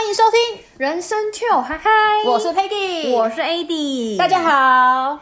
迎收听人生就嗨嗨， 我是 Peggy， 我是 AD， 大家好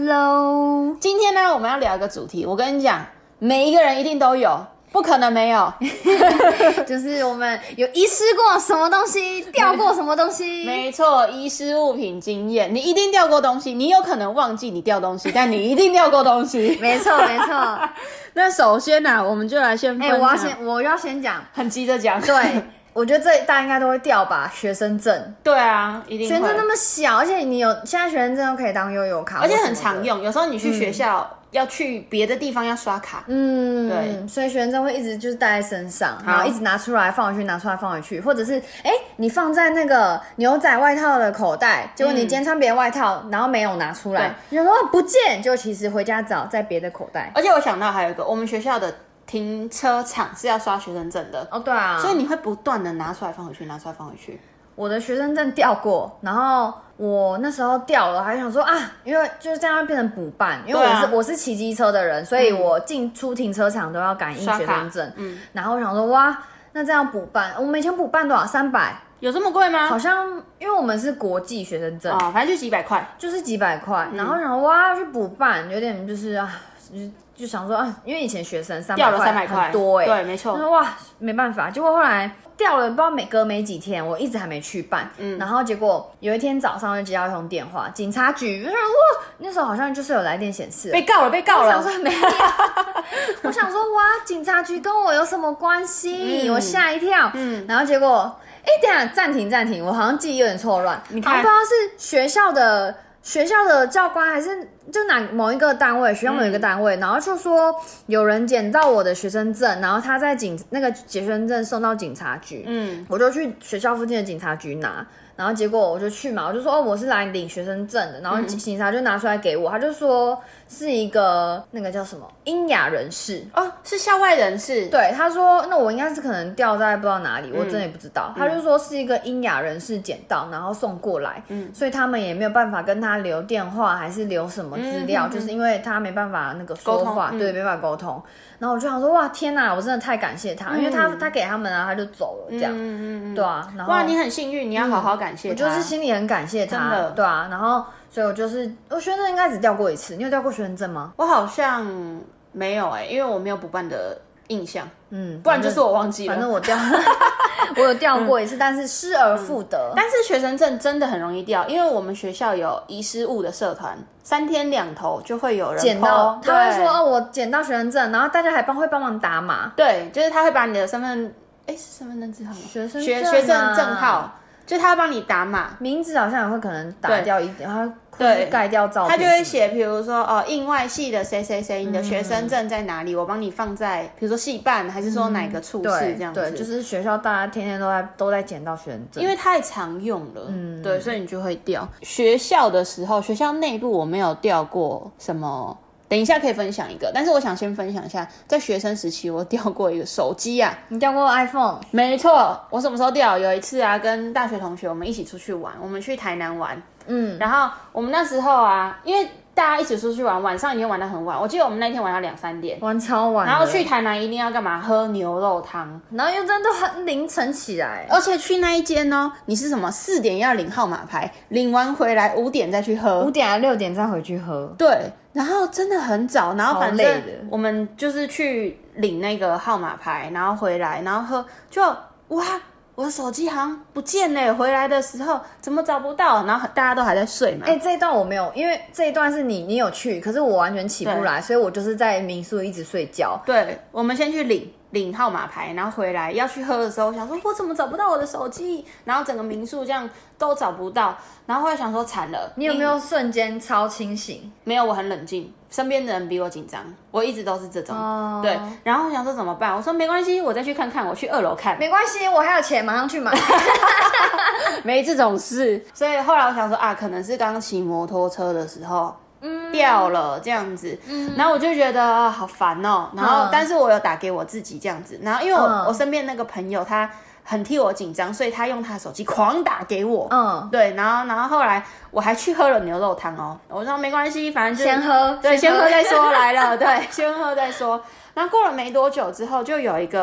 ，Hello。 今天呢，我们要聊一个主题，我跟你讲，每一个人一定都有，不可能没有， 就是我们有遗失过什么东西，掉过什么东西。 没错，遗失物品经验，你一定掉过东西，你有可能忘记你掉东西，但你一定掉过东西。 没错没错。 那首先呢，我们就来先分享， 我要先讲， 很急着讲， 对。我觉得这大家应该都会掉吧，学生证。 对啊，一定会。 学生证那么小，而且你有现在学生证都可以当悠游卡， 而且很常用。有时候你去学校、要去别的地方要刷卡，对， 所以学生证会一直就是带在身上，然后一直拿出来放回去，拿出来放回去，或者是你放在那个牛仔外套的口袋，结果你今天穿别的外套，然后没有拿出来，你说不见，就其实回家找在别的口袋。 而且我想到还有一个，我们学校的停车场是要刷学生证的哦，对啊， 所以你会不断的拿出来放回去，拿出来放回去。 我的学生证掉过，然后我那时候掉了，还想说啊，因为就是这样变成补办，因为我是骑机车的人，所以我进出停车场都要感应学生证。然后我想说哇，那这样补办，我们以前补办多少？300。 有这么贵吗？ 好像因为我们是国际学生证反正就几百块， 就是几百块。然后想说哇，要去补办，有点就是啊。就想说啊，因为以前学生300块很多对，没错。 说哇，没办法，结果后来掉了，不知道隔没几天，我一直还没去办。然后结果有一天早上就接到一通电话，警察局，我想哇，那时候好像就是有来电显示被告了。 我想说没有，我想说哇，警察局跟我有什么关系？我吓一跳。然后结果等一下暂停，我好像记忆有点错乱，好像不知道是学校的教官还是就某一个单位，学校某一个单位，然后就说有人捡到我的学生证，然后他在那个学生证送到警察局，我就去学校附近的警察局拿，然后结果我就去嘛，我就说我是来领学生证的，然后警察就拿出来给我，他就说是一个那个叫什么英雅人士是校外人士， 对，他说那我应该是可能掉在不知道哪里，我真的也不知道，他就说是一个英雅人士捡到，然后送过来，所以他们也没有办法跟他留电话还是留什么资料，就是因为他没办法那个说话，对，没办法沟通。然后我就想说哇天哪，我真的太感谢他，因为他给他们啊，他就走了这样，对啊。然后哇，你很幸运，你要好好感谢他。 我就是心里很感谢他， 真的， 对啊。然后所以我学生证应该只掉过一次，你有掉过学生证吗？ 我好像没有因为我没有补办的印象，不然就是我忘记了。 反正我有掉过一次，但是失而复得。 但是学生证真的很容易掉，因为我们学校有遗失物的社团，3天2头就会有人捡到，他会说我捡到学生证，然后大家还会帮忙打码。 对，就是他会把你的身份证字号吗？ 学生证号，就是他会帮你打码， 名字好像也会可能打掉一点，他对盖掉照片， 他就会写，比如说应外系的谁谁谁，你的学生证在哪里？我帮你放在，比如说系办，还是说哪个处室这样子？ 对，就是学校大家天天都在捡到学生证， 因为太常用了，对，所以你就会掉。学校的时候，学校内部我没有掉过什么。等一下可以分享一个，但是我想先分享一下，在学生时期我掉过一个手机啊。 你掉过 iPhone？ 没错，我什么时候掉？有一次啊，跟大学同学我们一起出去玩，我们去台南玩，然后我们那时候啊，因为大家一起出去玩，晚上已经玩得很晚，我记得我们那天玩到2-3点， 玩超晚。 然后去台南一定要干嘛？喝牛肉汤， 然后又真的很凌晨起来， 而且去那一间你是什么4点要领号码牌，领完回来5点再去喝，5 点还6点再回去喝， 对。然后真的很早，然后反正我们就是去领那个号码牌，然后回来，然后喝，就哇，我的手机好像不见了，回来的时候怎么找不到？然后大家都还在睡嘛。 这一段我没有，因为这一段是你有去，可是我完全起不来，所以我就是在民宿一直睡觉。 对，我们先去领号码牌，然后回来要去喝的时候，想说我怎么找不到我的手机？然后整个民宿这样都找不到，然后后来想说惨了。 你有没有瞬间超清醒？ 没有，我很冷静，身边的人比我紧张，我一直都是这种。对，然后我想说怎么办？我说没关系，我再去看看，我去2楼看。 没关系，我还有钱，马上去买。 没这种事，所以后来我想说啊，可能是刚骑摩托车的时候。掉了这样子，然后我就觉得好烦哦，然后但是我有打给我自己这样子，然后因为我身边那个朋友他很替我紧张，所以他用他的手机狂打给我，对，然后后来我还去喝了牛肉汤我说没关系，反正就先喝， 对，先喝再说来了，对，先喝再说。然后过了没多久之后，就有一个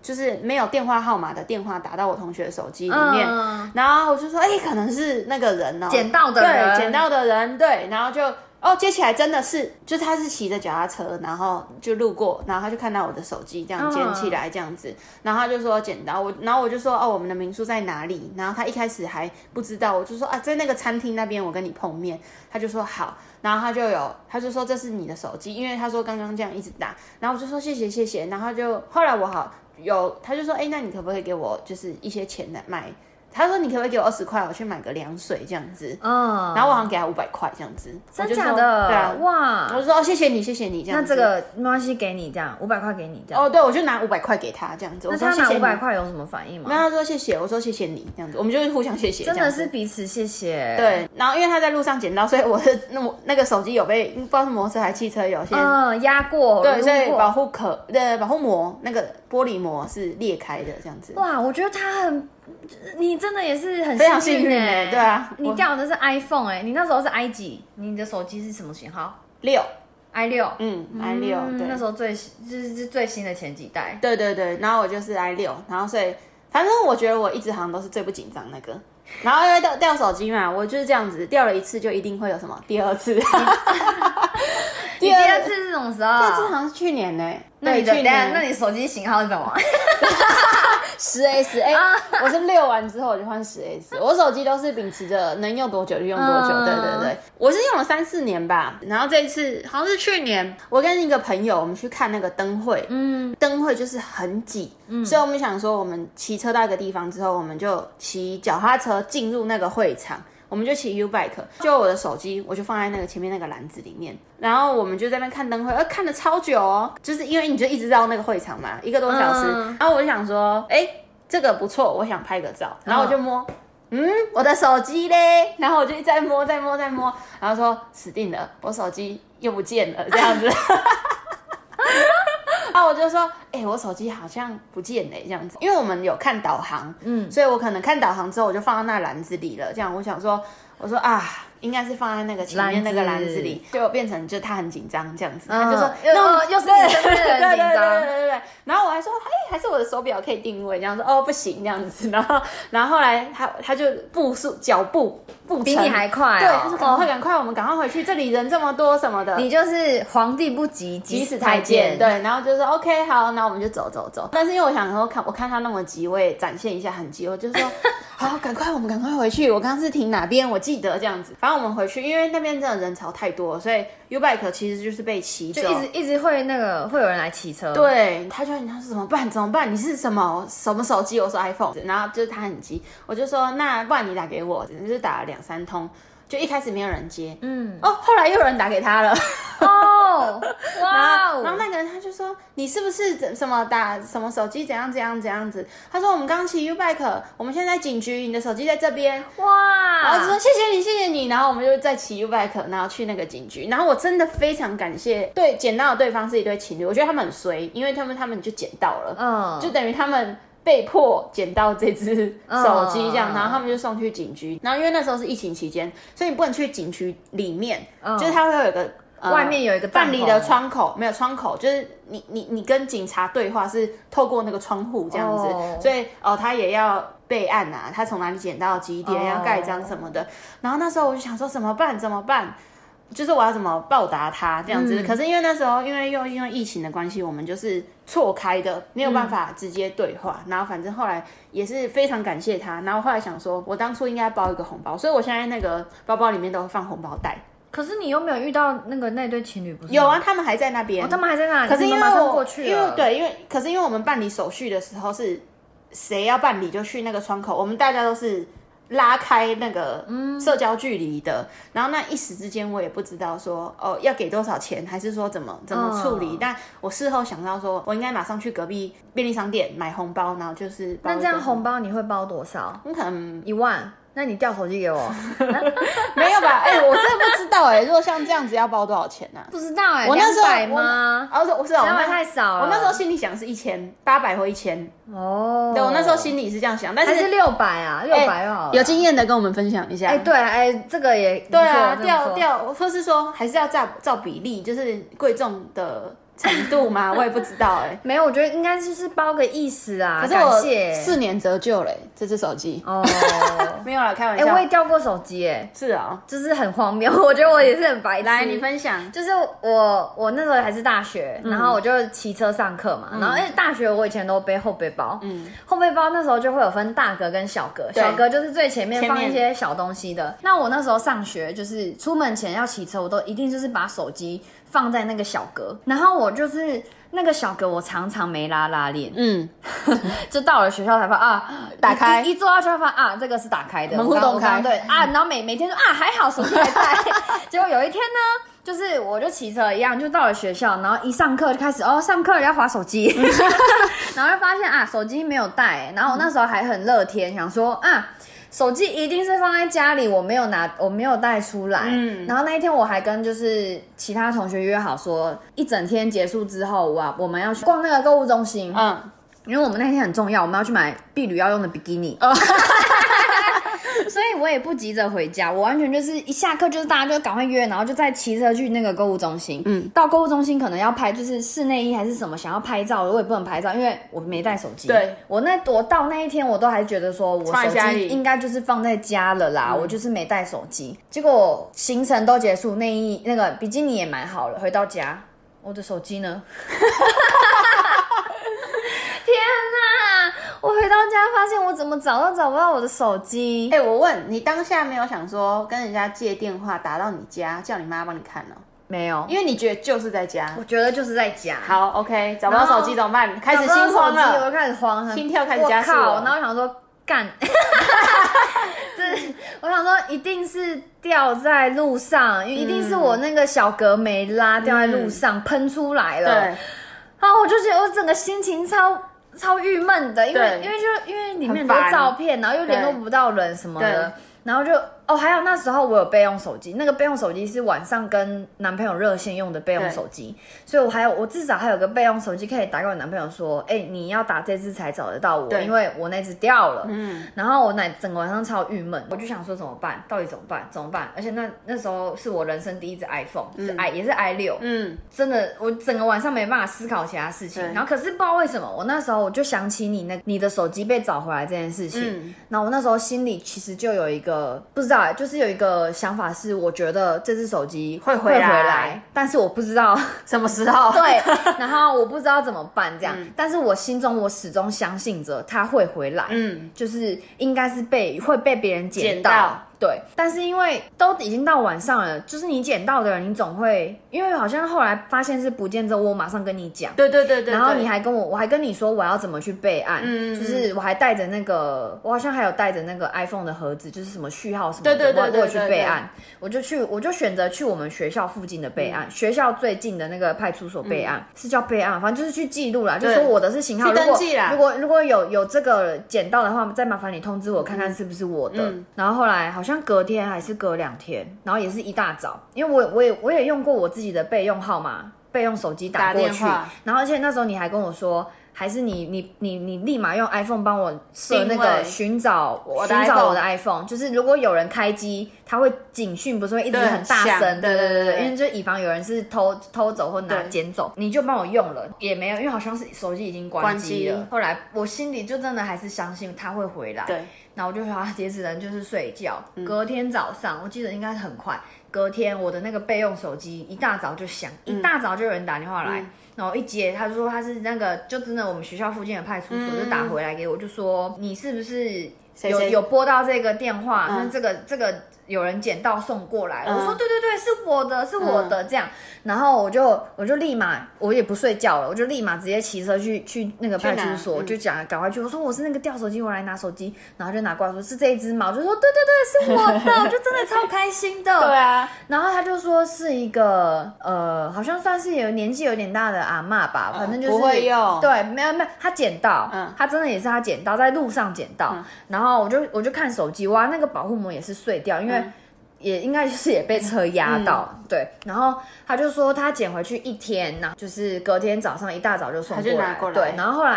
就是没有电话号码的电话打到我同学的手机里面，然后我就说，可能是那个人捡到的人， 对，捡到的人，对，然后就接起来真的是，就是他是骑着脚踏车，然后就路过，然后他就看到我的手机这样捡起来这样子，然后他就说捡到我，然后我就说我们的民宿在哪里？然后他一开始还不知道，我就说在那个餐厅那边我跟你碰面，他就说好，然后他就说这是你的手机，因为他说刚刚这样一直打，然后我就说谢谢，然后后来他就说那你可不可以给我就是一些钱来买？他说：“你可不可以给我20块，我去买个凉水这样子？”然后我好像给他500块这样子。 真假的？对啊，哇！ 我就说谢谢你这样子。 那这个没关系，给你这样500块给你这样。 对，我就拿500块给他这样子。 那他拿500块有什么反应吗？ 那他说谢谢，我说谢谢你这样子，我们就是互相谢谢。 真的是彼此谢谢。 对，然后因为他在路上捡到，所以我的那个手机有被不知道是摩托车还是汽车有些压过。 对，所以保护膜那个玻璃膜是裂开的这样子。 哇，我觉得他你真的也是很非常幸运对啊， 你掉的是 iPhone 你那时候是 i 几？你的手机是什么型号？i6， i6，对， 那时候就是最新的前几代。 对，然后我就是 i6，然后所以反正我觉得我一直好像都是最不紧张那个。然后因为掉手机嘛，我就是这样子，掉了一次就一定会有什么第二次。 第二次是什么时候？ 第二次好像是去年呢。 那你手机型号是什么 ？10S， 我是6完之后我就换10S， 我手机都是秉持着能用多久就用多久，对，我是用了3-4年吧，然后这一次好像是去年，我跟一个朋友我们去看那个灯会，灯会就是很挤，所以我们想说我们骑车到一个地方之后，我们就骑脚踏车进入那个会场。我们就骑 U-Bike， 就我的手机我就放在那个前面那个篮子里面，然后我们就在那边看灯会，看了超久哦，就是因为你就一直绕那个会场嘛，1个多小时，然后我就想说，这个不错，我想拍个照，然后我就摸，我的手机嘞，然后我就再摸，然后说死定了，我手机又不见了，这样子。然后我就说，我手机好像不见了这样子，因为我们有看导航，所以我可能看导航之后我就放到那篮子里了，这样我想说，应该是放在那个前面那个篮子里，就变成就他很紧张这样子，他就说又是你身边的人紧张， 对，然后我还说，还是我的手表可以定位，这样说不行这样子，然后后来他就脚步比你还快， 对，他说赶快，我们赶快回去，这里人这么多什么的， 你就是皇帝不急急死太监， 对，然后就说 OK 好，那我们就走，但是因为我想说我看他那么急，我也展现一下很急，我就说好，我们赶快回去，我刚刚是停哪边，我记得这样子，反正我们回去，因为那边真的人潮太多了，所以 U-Bike 其实就是被骑走， 就一直会有人来骑车， 对，他说怎么办？你是什么手机？我说 iPhone， 然后就是他很急，我就说那不然你打给我，就是打了2-3通。就一开始没有人接，后来又有人打给他了，然后那个人他就说你是不是什么打什么手机怎样子？他说我们刚骑 U-Bike， 我们现在在警局，你的手机在这边，然后就说谢谢你，然后我们就再骑 U-Bike， 然后去那个警局，然后我真的非常感谢，对，捡到的对方是一对情侣，我觉得他们很衰，因为他们就捡到了，就等于他们被迫捡到这只手机这样，然后他们就送去警局。然后因为那时候是疫情期间，所以你不能去警局里面，就是它会有一个外面有一个办理的窗口，没有窗口，就是你跟警察对话是透过那个窗户这样子，所以他也要备案啊，他从哪里捡到几点，要盖章什么的。然后那时候我就想说怎么办？就是我要怎么报答他这样子，可是因为那时候因为疫情的关系，我们就是错开的，没有办法直接对话。然后反正后来也是非常感谢他。然后后来想说，我当初应该包一个红包，所以我现在那个包包里面都会放红包袋。 可是你又没有遇到那对情侣，不是？ 有啊，他们还在那边。 他们还在那里。 可是因为马上过去了， 可是因为我们办理手续的时候是谁要办理就去那个窗口，我们大家都是拉开那个社交距离的，然后那一时之间我也不知道说要给多少钱，还是说怎么处理，但我事后想到说我应该马上去隔壁便利商店买红包，然后就是包。 那这样红包你会包多少？ 可能 1万。那你掉手机给我？ 没有吧？我真的不知道如果像这样子要包多少钱呢？ 不知道我那时候 200吗？ 我是200 太少了。 我那时候心里想是1800或1000。对，我那时候心里是这样想，但是还是600啊，600就好了。 有经验的跟我们分享一下。 对，这个也对啊，掉，或是说还是要照比例，就是贵重的程度吗？我也不知道没有，我觉得应该就是包个意思啊。 可是我感谢 4年折旧嘞，这只手机哦， 没有啦，开玩笑。 我也掉过手机是啊， 就是很荒谬，我觉得我也是很白痴。 来，你分享。 就是我那时候还是大学，然后我就骑车上课嘛，然后大学我以前都背后背包，后背包那时候就会有分大格跟小格，小格就是最前面放一些小东西的。那我那时候上学就是出门前要骑车，我都一定就是把手机放在那个小格，然后我就是那个小格我常常没拉链，就到了学校才发现打开一坐到学校发现这个是打开的， 门户洞开， 对然后每天说还好手机还在，结果有一天呢。就是我就骑车一样，就到了学校，然后一上课就开始上课要滑手机，然后就发现手机没有带，然后我那时候还很乐天，想说手机一定是放在家里，我没有带出来。然后那一天我还跟就是其他同学约好说，一整天结束之后我们要去逛那个购物中心，因为我们那天很重要，我们要去买婢女要用的比基尼。所以我也不急着回家，我完全就是一下课就是大家就赶快约，然后就再骑车去那个购物中心。到购物中心可能要拍就是室内衣还是什么，想要拍照，我也不能拍照，因为我没带手机。 对， 我到那一天我都还觉得说我手机应该就是放在家了啦，我就是没带手机。结果行程都结束，内衣那个比基尼也买好了，回到家我的手机呢？天哪！我回到家发现我怎么找都找不到我的手机。 我问你，当下没有想说跟人家借电话打到你家，叫你妈帮你看哦？ 没有， 因为你觉得就是在家。 我觉得就是在家。 好 ，OK， 找不到手机怎么办？开始心慌了， 我就开始慌， 心跳开始加速了。 然后我想说干，我想说一定是掉在路上，因为一定是我那个小格没拉，掉在路上喷出来了。 对。 我就觉得我整个心情超郁闷的，因为里面很多照片，然后又联络不到人什么的，然后就还有那时候我有备用手机，那个备用手机是晚上跟男朋友热线用的备用手机，所以我至少还有个备用手机可以打给我男朋友说，你要打这支才找得到我，因为我那支掉了。然后我整个晚上超郁闷，我就想说怎么办？到底怎么办？而且那时候是我人生第一支 iPhone，也是 i6，真的我整个晚上没办法思考其他事情。然后可是不知道为什么，我那时候我就想起你的手机被找回来这件事情，然后我那时候心里其实就有一个不知道。就是有一个想法是，我觉得这只手机会回来，但是我不知道什么时候。 对，然后我不知道怎么办这样，但是我心中我始终相信着它会回来，就是应该是会被别人捡到。对，但是因为都已经到晚上了，就是你捡到的人，你总会，因为好像后来发现是不见之后，我马上跟你讲， 对， 然后你还我还跟你说我要怎么去备案，就是我还带着我好像还有带着那个 iPhone 的盒子，就是什么序号什么的，我有去备案，我就选择去我们学校附近的备案，学校最近的那个派出所备案，是叫备案，反正就是去记录啦，就说我的是型号， 去登记啦， 如果有这个捡到的话，再麻烦你通知我看看是不是我的，然后后来好像隔天还是隔2天，然后也是一大早，因为我也用过我自己的备用号码、备用手机打过去，然后而且那时候你还跟我说，还是你立马用 iPhone 帮我设那个寻找我的 iPhone， 就是如果有人开机，它会警讯，不是会一直很大声，对，因为就以防有人是偷走或捡走，你就帮我用了，也没有，因为好像是手机已经关机了。后来我心里就真的还是相信他会回来，对。然后我就说也只能就是睡觉。隔天早上，我记得应该很快。隔天我的那个备用手机一大早就响，一大早就有人打电话来，然后一接他就说他是那个就真的我们学校附近的派出所，就打回来给我，就说你是不是有拨到这个电话？那这个有人捡到送过来了。我说对，是我的这样。然后我就立马，我也不睡觉了，我就立马直接骑车去那个派出所，就讲赶快去。我说我是那个掉手机，我来拿手机，然后就拿过来说是这一只嘛，我就说对，是我的，我就真的超开心的。对啊。然后他就说是一个好像算是年纪有点大的阿嬷吧，反正就是不会用。对，没有，他捡到，他真的也是他捡到，在路上捡到。然后我就看手机，哇，那个保护膜也是碎掉，因为。也应该就是也被车压到，对，然后他就说他捡回去1天，就是隔天早上一大早就送过来，对，然后后来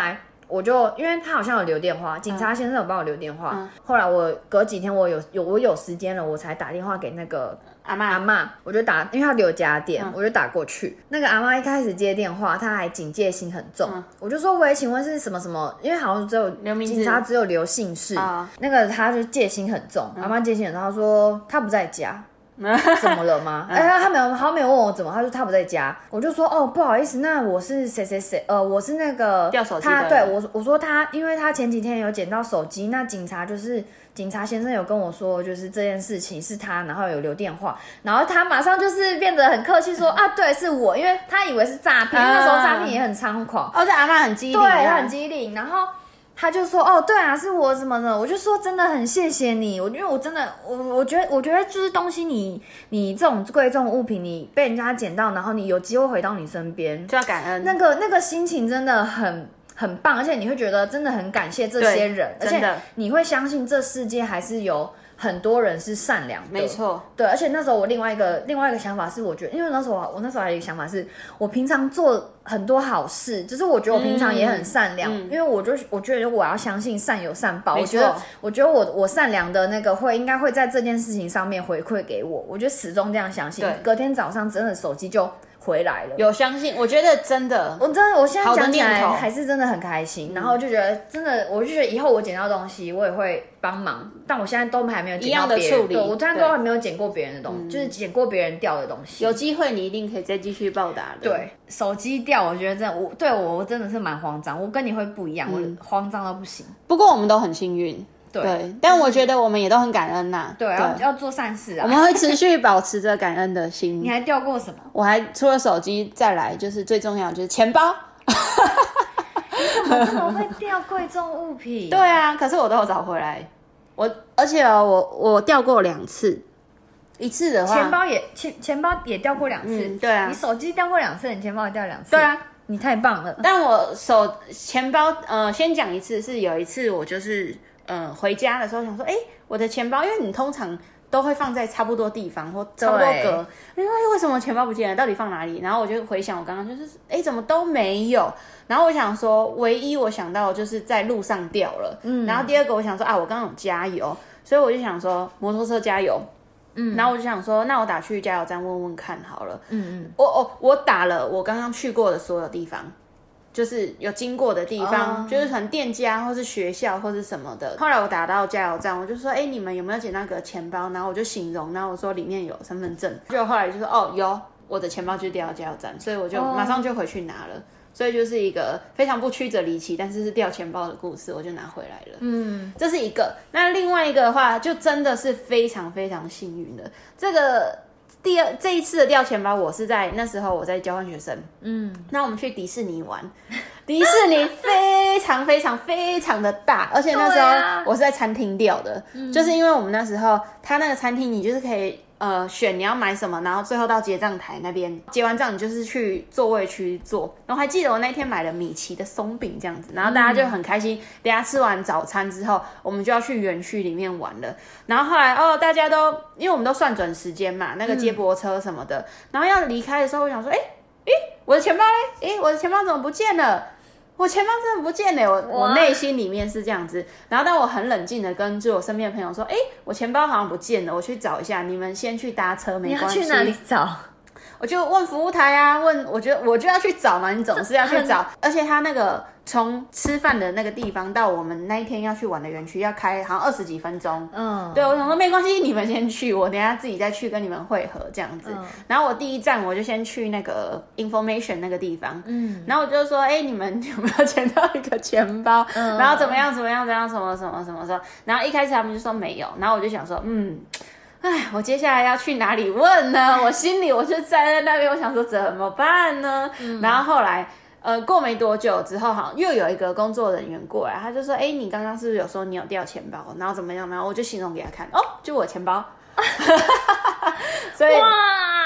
我就因为他好像有留电话，警察先生有帮我留电话。后来我隔几天我有时间了，我才打电话给那个阿嬷，我就打，因为他留家电，我就打过去。那个阿嬷一开始接电话，她还警戒心很重，我就说喂，请问是什么什么？因为好像只有警察只有留姓氏，那个他就戒心很重，阿嬷戒心很重，他说他不在家。怎么了吗？他没有问我怎么，他说他不在家，我就说哦不好意思，那我是谁谁谁，我是那个掉手机他，对我说他，因为他前几天有捡到手机，那警察先生有跟我说，就是这件事情是他，然后有留电话，然后他马上就是变得很客气说啊对是我，因为他以为是诈骗，那时候诈骗也很猖狂， 这阿嬷很机灵， 对，很机灵，然后。他就说哦，对啊，是我什么的，我就说真的很谢谢你，因为我真的我觉得就是东西你这种贵重物品你被人家捡到，然后你有机会回到你身边， 就要感恩， 那个心情真的很棒，而且你会觉得真的很感谢这些人，而且你会相信这世界还是有很多人是善良的， 没错， 对，而且那时候我另外一个想法是，我觉得，因为我那时候还有一个想法是，我平常做很多好事，就是我觉得我平常也很善良，因为我觉得我要相信善有善报，我觉得我善良的那个应该会在这件事情上面回馈给我，我就始终这样相信，隔天早上真的手机就回来了， 有相信，我觉得真的， 我现在讲起来还是真的很开心，然后就觉得真的，我就觉得以后我捡到东西，我也会帮忙，但我现在都还没有捡到别人，一样的处理，对，我现在都还没有捡过别人的东西，就是捡过别人掉的东西， 有机会你一定可以再继续报答的。 对，手机掉，我觉得真的，我真的是蛮慌张，我跟你会不一样，我慌张到不行。 不过我们都很幸运。对，但我觉得我们也都很感恩呐。 对，要做善事啊。 我们会持续保持着感恩的心。 你还掉过什么？ 我还除了手机，再来就是最重要的就是钱包。 你怎么会掉贵重物品？ 对啊，可是我都有找回来。而且我掉过2次，一次的话， 钱包也掉过2次。 对啊， 你手机掉过2次，你钱包也掉2次。 对啊。 你太棒了。 但我钱包先讲一次，是有一次我就是回家的时候想说，我的钱包，因为你通常都会放在差不多地方或差不多格，为什么钱包不见了？到底放哪里？然后我就回想我刚刚就是怎么都没有。然后我想说，唯一我想到就是在路上掉了。然后第二个我想说我刚刚有加油，所以我就想说摩托车加油。然后我就想说，那我打去加油站问问看好了。我打了我刚刚去过的所有地方，就是有经过的地方，就是可能店家或是学校或是什么的。后来我打到加油站，我就说，你们有没有捡那个钱包？然后我就形容，然后我说里面有身份证。就后来就说，有，我的钱包就掉到加油站，所以我就马上就回去拿了。所以就是一个非常不曲折离奇，但是掉钱包的故事，我就拿回来了。这是一个。那另外一个的话，就真的是非常非常幸运的。这一次的掉钱包，我是在那时候我在交换学生。那我们去迪士尼玩，迪士尼非常非常非常的大，而且那时候我是在餐厅掉的，就是因为我们那时候他那个餐厅，你就是可以。选你要买什么，然后最后到结账台那边结完账，你就是去座位区坐。然后还记得我那天买了米奇的松饼这样子，然后大家就很开心。等一下吃完早餐之后，我们就要去园区里面玩了。然后后来大家都因为我们都算准时间嘛，那个接驳车什么的。然后要离开的时候，我想说，我的钱包嘞？我的钱包怎么不见了？我钱包真的不见了，我内心里面是这样子，然后但我很冷静的跟我身边的朋友说，我钱包好像不见了，我去找一下，你们先去搭车，没关系。 你要去哪里找？ 我就问服务台啊，我就要去找嘛，你总是要去找，而且他那个从吃饭的那个地方到我们那一天要去玩的园区要开好像20几分钟。对，我想说没关系，你们先去，我等一下自己再去跟你们会合这样子。然后我第一站我就先去那个 information 那个地方，然后我就说，你们有没有捡到一个钱包？然后怎么样什么，然后一开始他们就说没有，然后我就想说，我接下来要去哪里问呢？我心里我就站在那边，我想说怎么办呢？然后后来过没多久之后，好像又有一个工作人员过来，他就说，你刚刚是不是有说你有掉钱包？然后怎么样？然后我就形容给他看，就我钱包。所以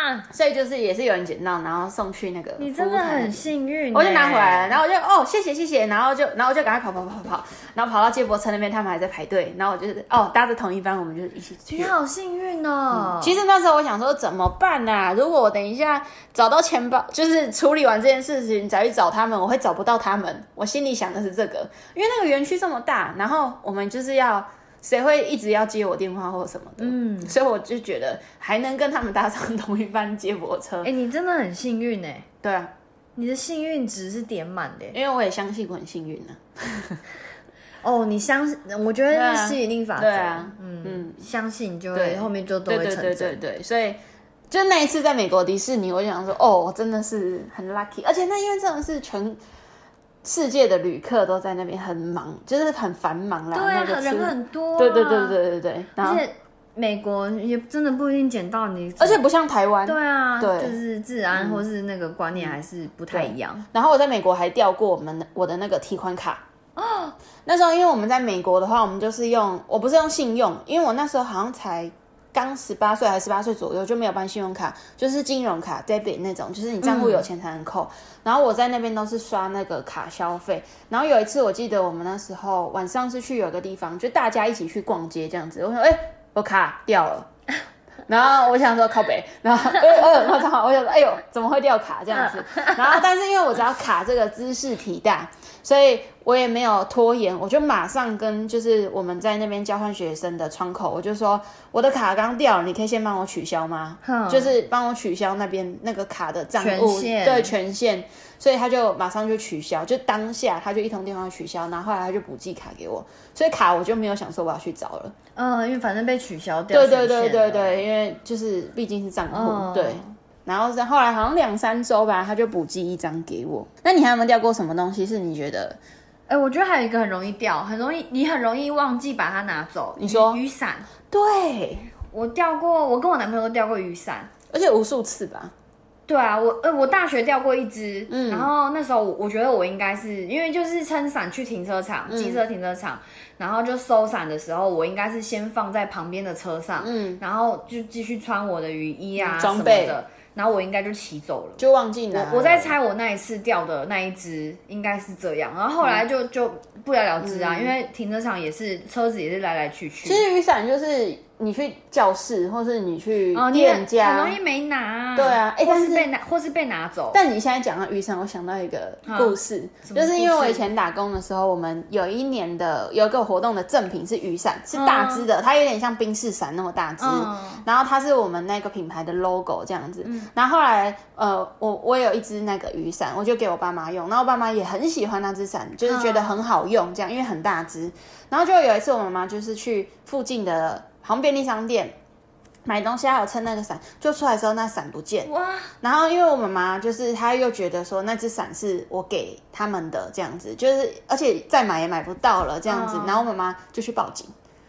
所以就是也是有人捡到，然后送去那个服务台。 你真的很幸运， 我就拿回来了，然后我就谢谢，然后我就赶快跑，然后跑到接驳车那边，他们还在排队，然后我就是搭着同一班，我们就一起去。 你好幸运哦！ 其实那时候我想说怎么办啊？如果我等一下找到钱包，就是处理完这件事情再去找他们，我会找不到他们。我心里想的是这个，因为那个园区这么大，然后我们就是谁会一直要接我电话或什么的？所以我就觉得还能跟他们搭上同一班接驳车。 你真的很幸运哎。 对啊， 你的幸运值是点满的， 因为我也相信我很幸运啊。 你相信？我觉得是吸引力法则。 对啊， 相信就会后面就都会成真。 对，所以就那一次在美国迪士尼，我就想说，我真的是很 lucky， 而且那因为真的是全世界的旅客都在那边很忙，就是很繁忙啦。 对啊，人很多。 对。 而且美国也真的不一定捡到你， 而且不像台湾。 对啊，就是治安或是那个观念还是不太一样。 然后我在美国还调过我的那个提款卡。那时候因为我们在美国的话，我们就是我不是用信用，因为我那时候好像才刚18岁还18岁左右，就没有办信用卡，就是金融卡 debit 那种，就是你账户有钱才能扣。然后我在那边都是刷那个卡消费。然后有一次我记得我们那时候晚上是去有个地方，就大家一起去逛街这样子。我说我卡掉了，然后我想说靠北，然后我想说哎呦怎么会掉卡这样子？然后但是因为我只要卡这个姿势体大，所以我也没有拖延，我就马上跟就是我们在那边交换学生的窗口，我就说我的卡刚掉了，你可以先帮我取消吗？就是帮我取消那边那个卡的账户权限，所以他就马上就取消，就当下他就一通电话取消，然后后来他就补寄卡给我，所以卡我就没有想说我要去找了。 因为反正被取消掉。 对，因为就是毕竟是账户，对。然后后来好像2-3周吧，他就补寄一张给我。那你还有没有掉过什么东西是你觉得？ 我觉得还有一个很容易掉，你很容易忘记把它拿走。 你说雨伞？ 对， 我掉过，我跟我男朋友都掉过雨伞， 而且无数次吧。 对啊，我大学掉过一支，然后那时候我觉得我应该是因为就是撑伞去停车场，机车停车场，然后就收伞的时候，我应该是先放在旁边的车上，然后就继续穿我的雨衣啊什么的。然后我应该就骑走了， 就忘记拿。 我在猜我那一次掉的那一只应该是这样，然后后来就不了了之啊，因为停车场也是车子也是来来去去。 其实雨伞就是你去教室，或是你去店家， 很容易没拿。 对啊， 或是被拿走。 但你现在讲到雨伞，我想到一个故事，就是因为我以前打工的时候，我们有一年有一个活动的赠品是雨伞，是大支的，它有点像宾士伞那么大支，然后它是我们那个品牌的 logo 这样子。然后后来我有一支那个雨伞，我就给我爸妈用，然后我爸妈也很喜欢那支伞，就是觉得很好用这样，因为很大支。然后就有一次我妈妈就是去附近的好像便利商店买东西，还有撑那个伞，就出来之后那伞不见。哇！然后因为我妈妈就是她又觉得说那只伞是我给他们的这样子，就是而且再买也买不到了这样子，然后我妈妈就去报警。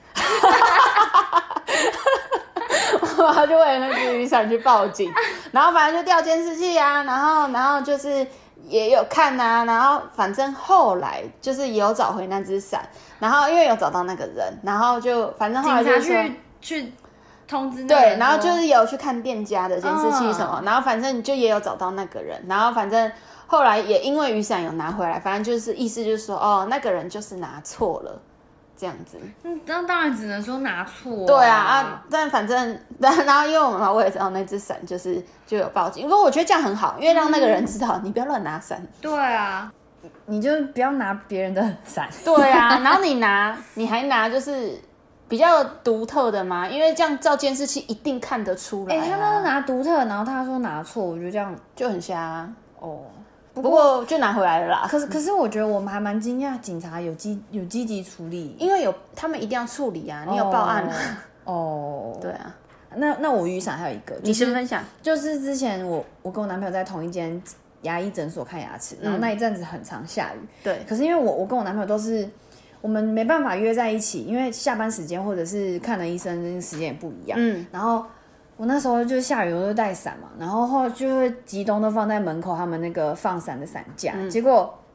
我妈就为了那只雨伞去报警，然后反正就调监视器啊，然后就是也有看啊，然后反正后来就是也有找回那只伞，然后因为有找到那个人，然后就反正后来就说去通知那个人， 对，然后就是也有去看店家的监视器什么，然后反正就也有找到那个人，然后反正后来也因为雨伞有拿回来，反正就是意思就是说那个人就是拿错了。这样子， 那当然只能说拿错。 对啊，但反正，然后因为我妈妈我也知道那只伞就有报警，不过我觉得这样很好，因为让那个人知道你不要乱拿伞。 对啊，你就不要拿别人的伞。 对啊，然后你还拿就是比较独特的嘛，因为这样照监视器一定看得出来。 他们拿独特，然后他说拿错，我觉得这样就很瞎啊。不过就拿回来了啦。 可是我觉得我们还蛮惊讶，警察有积极处理， 因为他们一定要处理啊，你有报案啊。对啊。 那我雨伞还有一个， 你先分享。 就是之前我跟我男朋友在同一间牙医诊所看牙齿，然后那一阵子很常下雨。 对。 可是因为我跟我男朋友都是我们没办法约在一起，因为下班时间或者是看了医生时间也不一样。然后我那时候就下雨，我就带伞嘛，然后就会集中都放在门口他们那个放伞的伞架。结果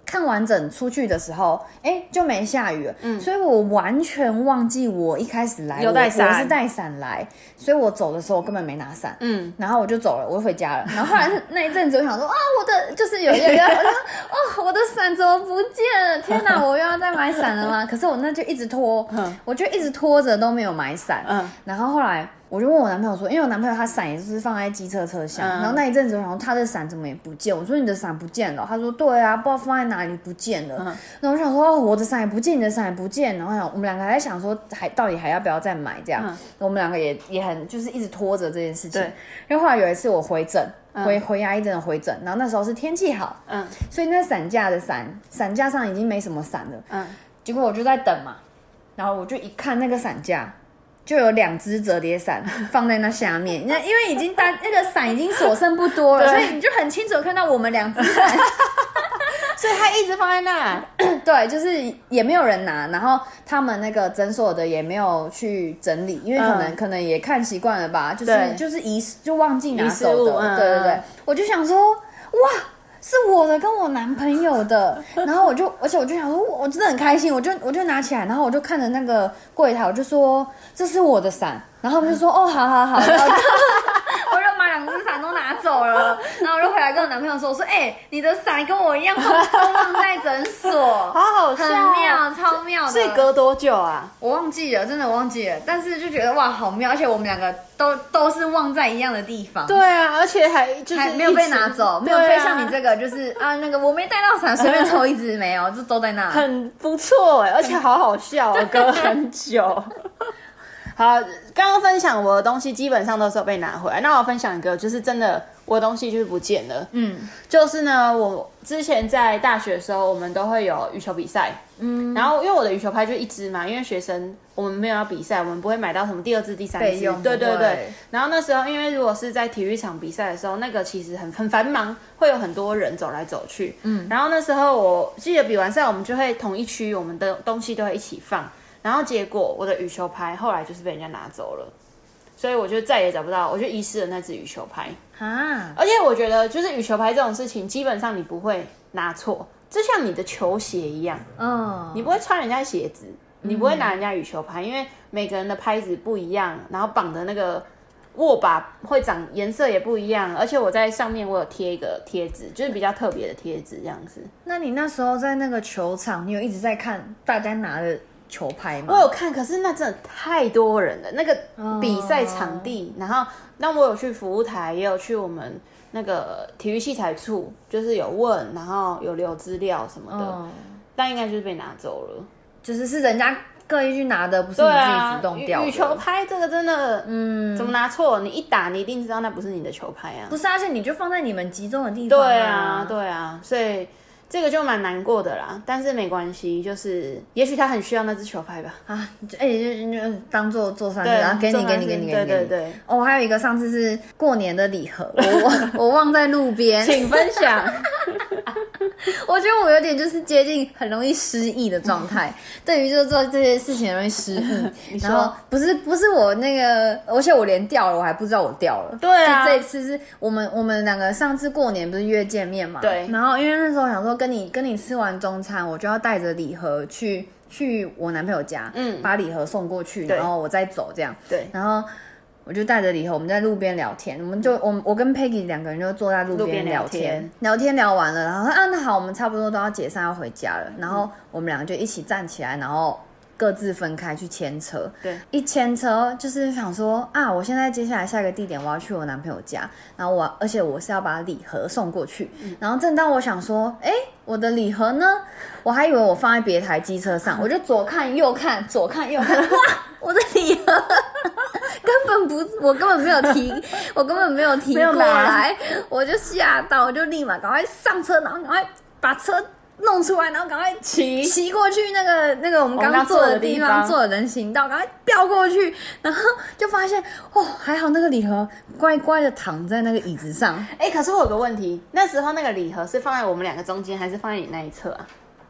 看完整出去的时候，就没下雨了。所以我完全忘记我一开始来有带伞， 我是带伞来，所以我走的时候我根本没拿伞。然后我就走了，我就回家了。然后后来那一阵子我想说，我的就是有一个我的伞怎么不见了？天哪，我又要再买伞了吗？可是我那就一直拖，我就一直拖着都没有买伞。然后后来我就问我男朋友说，因为我男朋友他伞也是放在机车车厢，然后那一阵子我想说他的伞怎么也不见，我说你的伞不见了，他说对啊，不知道放在哪里不见了。然后我想说我的伞也不见，你的伞也不见，然后我们两个还在想说到底还要不要再买这样，我们两个也很就是一直拖着这件事情。因为后来有一次我回诊。回牙医诊的回诊，然后那时候是天气好，所以那伞架的伞架上已经没什么伞了，结果我就在等嘛，然后我就一看那个伞架，就有2只折叠伞放在那下面，因为已经那个伞已经所剩不多了，所以你就很清楚看到我们2只伞。 所以他一直放在那。 对，就是也没有人拿，然后他们那个诊所的也没有去整理，因为可能也看习惯了吧，就是就忘记拿走的。对，我就想说，哇，是我的跟我男朋友的，然后而且我就想说，我真的很开心，我就拿起来，然后我就看着那个柜台，我就说这是我的伞，然后他们就说好，然后我就把2只伞都拿走了，然后我就回来跟我男朋友说，我说你的伞跟我一样都放在诊所， 好好笑， 很妙，超妙的。 所以隔多久啊？ 我忘记了，真的忘记了，但是就觉得哇，好妙，而且我们2个都是忘在一样的地方。 对啊，而且还没有被拿走，没有被像你这个就是那个我没带到伞，随便抽1只没有，就都在那。 很不错而且好好笑隔很久。好，刚刚分享我的东西基本上都是有被拿回来，那我分享一个就是真的我的东西就是不见了。就是呢，我之前在大学的时候我们都会有羽球比赛，然后因为我的羽球拍就1支嘛，因为学生我们没有要比赛，我们不会买到什么第2支第3支，对。然后那时候因为如果是在体育场比赛的时候，那个其实很繁忙，会有很多人走来走去，然后那时候我记得比完赛我们就会同一区，我们的东西都会一起放。然后结果我的羽球拍后来就是被人家拿走了，所以我就再也找不到，我就遗失了那只羽球拍啊！而且我觉得就是羽球拍这种事情，基本上你不会拿错，就像你的球鞋一样，你不会穿人家鞋子，你不会拿人家羽球拍，因为每个人的拍子不一样，然后绑的那个握把会长颜色也不一样，而且我在上面我有贴一个贴纸，就是比较特别的贴纸这样子。 那你那时候在那个球场，你有一直在看大家拿的球拍吗？ 我有看，可是那真的太多人了，那个比赛场地，然后那我有去服务台，也有去我们那个体育器材处，就是有问，然后有留资料什么的，但应该就是被拿走了， 就是人家刻意去拿的，不是你自己主动掉的。 羽球拍这个真的，怎么拿错？你一打，你一定知道那不是你的球拍啊。 不是，而且你就放在你们集中的地方对啊，所以这个就蛮难过的啦，但是没关系，就是也许他很需要那支球拍吧。 就当做做善事，然后给你。 对。 哦，还有一个上次是过年的礼盒，我忘在路边， 请分享。 我觉得我有点就是接近很容易失忆的状态，对于就做这些事情很容易失忆。然后不是我那个，而且我连掉了，我还不知道我掉了。 对啊， 这一次是我们2个上次过年不是约见面嘛？ 对。 然后因为那时候想说跟你吃完中餐，我就要带着礼盒去我男朋友家，把礼盒送过去，然后我再走这样。 对。 然后我就带着礼盒，我们在路边聊天，我跟 Peggy 2个人就坐在路边聊天聊完了，然后那好，我们差不多都要解散要回家了，然后我们2个就一起站起来，然后各自分开去牵车。 对， 一牵车就是想说我现在接下来下一个地点我要去我男朋友家，然后而且我是要把礼盒送过去，然后正当我想说我的礼盒呢，我还以为我放在别台机车上，我就左看右看，哇，我的礼盒我根本没有提过来，我就吓到，我就立马赶快上车，然后赶快把车弄出来，然后赶快骑过去那个我们刚坐的地方，坐的人行道，赶快飙过去，然后就发现还好那个礼盒乖乖的躺在那个椅子上。 可是我有个问题，那时候那个礼盒是放在我们2个中间，还是放在你那一侧啊？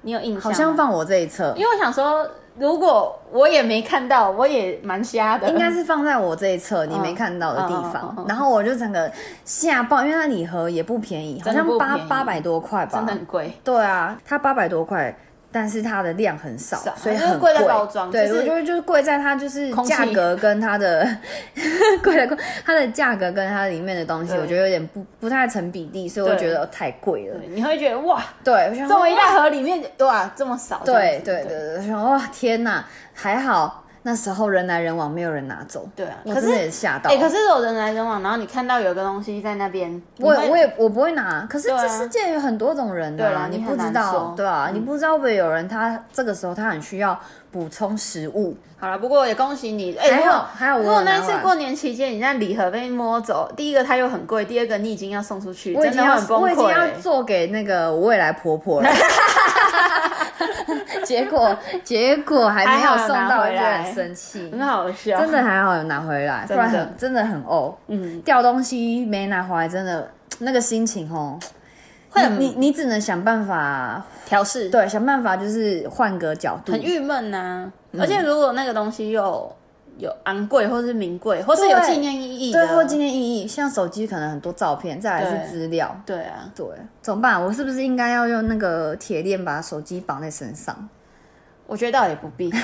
你有印象吗？ 好像放我这一侧， 因为我想说，如果我也没看到，我也蛮瞎的。 应该是放在我这一侧你没看到的地方，然后我就整个吓爆，因为它礼盒也不便宜，好像800多块吧， 真的很贵。 对啊，它800多块。但是它的量很少，所以很贵在包装。 对，我觉得就是贵在它就是价格跟它的贵，它的价格跟它里面的东西，我觉得有点不太成比例，所以我觉得太贵了。 你会觉得哇， 对， 这么一大盒里面哇这么少。 对，哇天哪，还好。那时候人来人往，没有人拿走。 对啊， 我真的也吓到。 可是有人来人往，然后你看到有个东西在那边， 我不会拿。可是这世界有很多种人啊，你不知道，对啊，你不知道会不会有人他这个时候他很需要补充食物。 好了，不过也恭喜你。 还好， 如果那一次过年期间你那礼盒被摸走，第一个它又很贵，第二个你已经要送出去，真的很崩溃。 我已经要做给那个我未来婆婆了。结果还没有送到，就很生气， 很好笑。 真的还好有拿回来，不然真的很掉东西没拿回来，真的那个心情你只能想办法调试， 对，想办法就是换个角度， 很郁闷呐。而且如果那个东西有昂贵或是名贵，或是有纪念意义的， 对，或纪念意义，像手机可能很多照片，再来是资料， 对啊， 对，怎么办？我是不是应该要用那个铁链把手机绑在身上？ 我觉得倒也不必，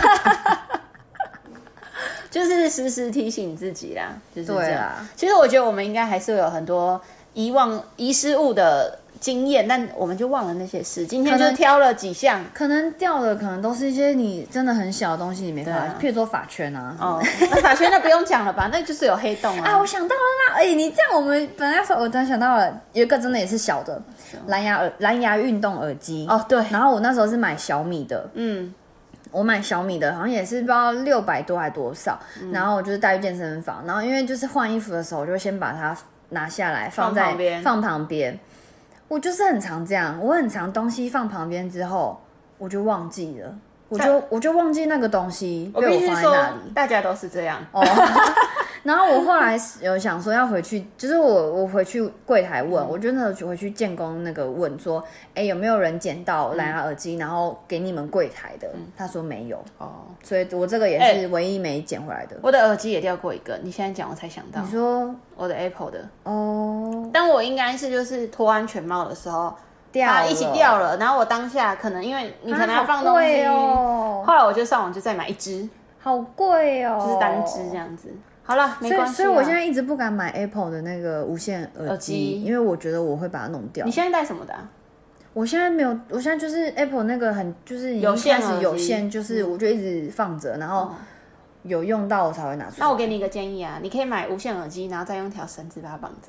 就是时时提醒自己啦，就是这样。其实我觉得我们应该还是有很多遗失物的经验，但我们就忘了那些事。今天就挑了几项， 可能掉的可能都是一些你真的很小的东西，你没看到，譬如说发圈啊。 那发圈那不用讲了吧？那就是有黑洞啊。 我想到了啦，你这样我们本来说，我突然想到了，有一个真的也是小的蓝牙运动耳机。 对。 然后我那时候是买小米的，我买小米的，好像也是不知道600多还多少。然后我就是带去健身房，然后因为就是换衣服的时候，我就会把它拿下来放旁边。我就是很常这样，我很常东西放旁边之后，我就忘记了，我就忘记那个东西被我放在那里。 大家都是这样。 然后我后来有想说要回去，就是我回去柜台问，我真的回去建工那个问说，有没有人捡到蓝牙耳机，然后给你们柜台的？他说没有。所以我这个也是唯一没捡回来的。 我的耳机也掉过一个，你现在讲我才想到。 你说我的 Apple 的但我应该是就是脱安全帽的时候它一起掉了，然后我当下可能因为你可能要放东西，后来我就上网就再买一只， 好贵哦， 就是单只这样子。好了，没关系。 所以我现在一直不敢买 Apple 的那个无线耳机，因为我觉得我会把它弄掉。 你现在戴什么的？ 我现在没有，我现在就是 Apple 那个就是已经开始有线，就是我就一直放着，然后有用到我才会拿出来。 那我给你一个建议啊，你可以买无线耳机，然后再用一条绳子把它绑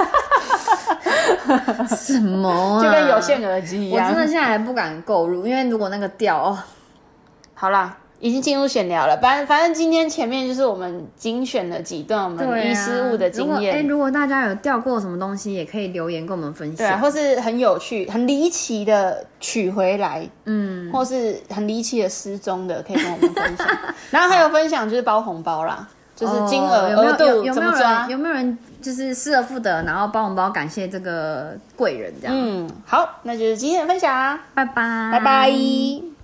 着。什么？ 就跟有线耳机一样。 我真的现在还不敢购入，因为如果那个掉好啦。已经进入闲聊了，反正今天前面就是我们精选了几段我们遗失物的经验。 如果大家有掉过什么东西，也可以留言跟我们分享。 对，或是很有趣、很离奇的取回来，或是很离奇的失踪的，可以跟我们分享。然后还有分享就是包红包啦，就是金额额度怎么抓？ 有没有人就是失而复得，然后包红包感谢这个贵人这样？ 好，那就是今天的分享， 拜拜， 拜拜。